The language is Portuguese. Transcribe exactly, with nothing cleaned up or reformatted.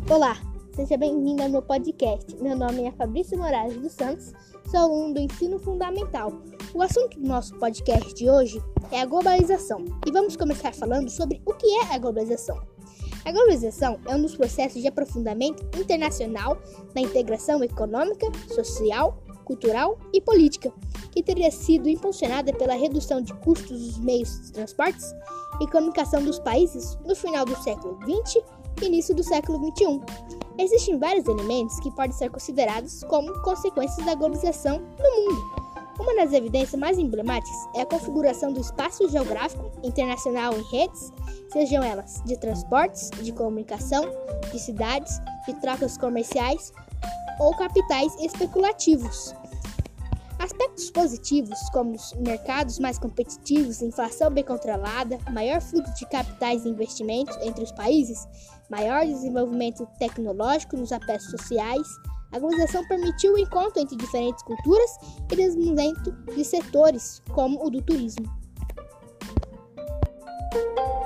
Olá, seja bem-vindo ao meu podcast. Meu nome é Fabrício Moraes dos Santos, sou aluno do Ensino Fundamental. O assunto do nosso podcast de hoje é a globalização e vamos começar falando sobre o que é a globalização. A globalização é um dos processos de aprofundamento internacional da integração econômica, social, cultural e política, que teria sido impulsionada pela redução de custos dos meios de transportes e comunicação dos países no final do século vinte e início do século vinte e um. Existem vários elementos que podem ser considerados como consequências da globalização no mundo. Uma das evidências mais emblemáticas é a configuração do espaço geográfico internacional em redes, sejam elas de transportes, de comunicação, de cidades, de trocas comerciais ou capitais especulativos. Aspectos positivos, como os mercados mais competitivos, inflação bem controlada, maior fluxo de capitais e investimentos entre os países, maior desenvolvimento tecnológico nos aspectos sociais, a globalização permitiu o encontro entre diferentes culturas e desenvolvimento de setores como o do turismo.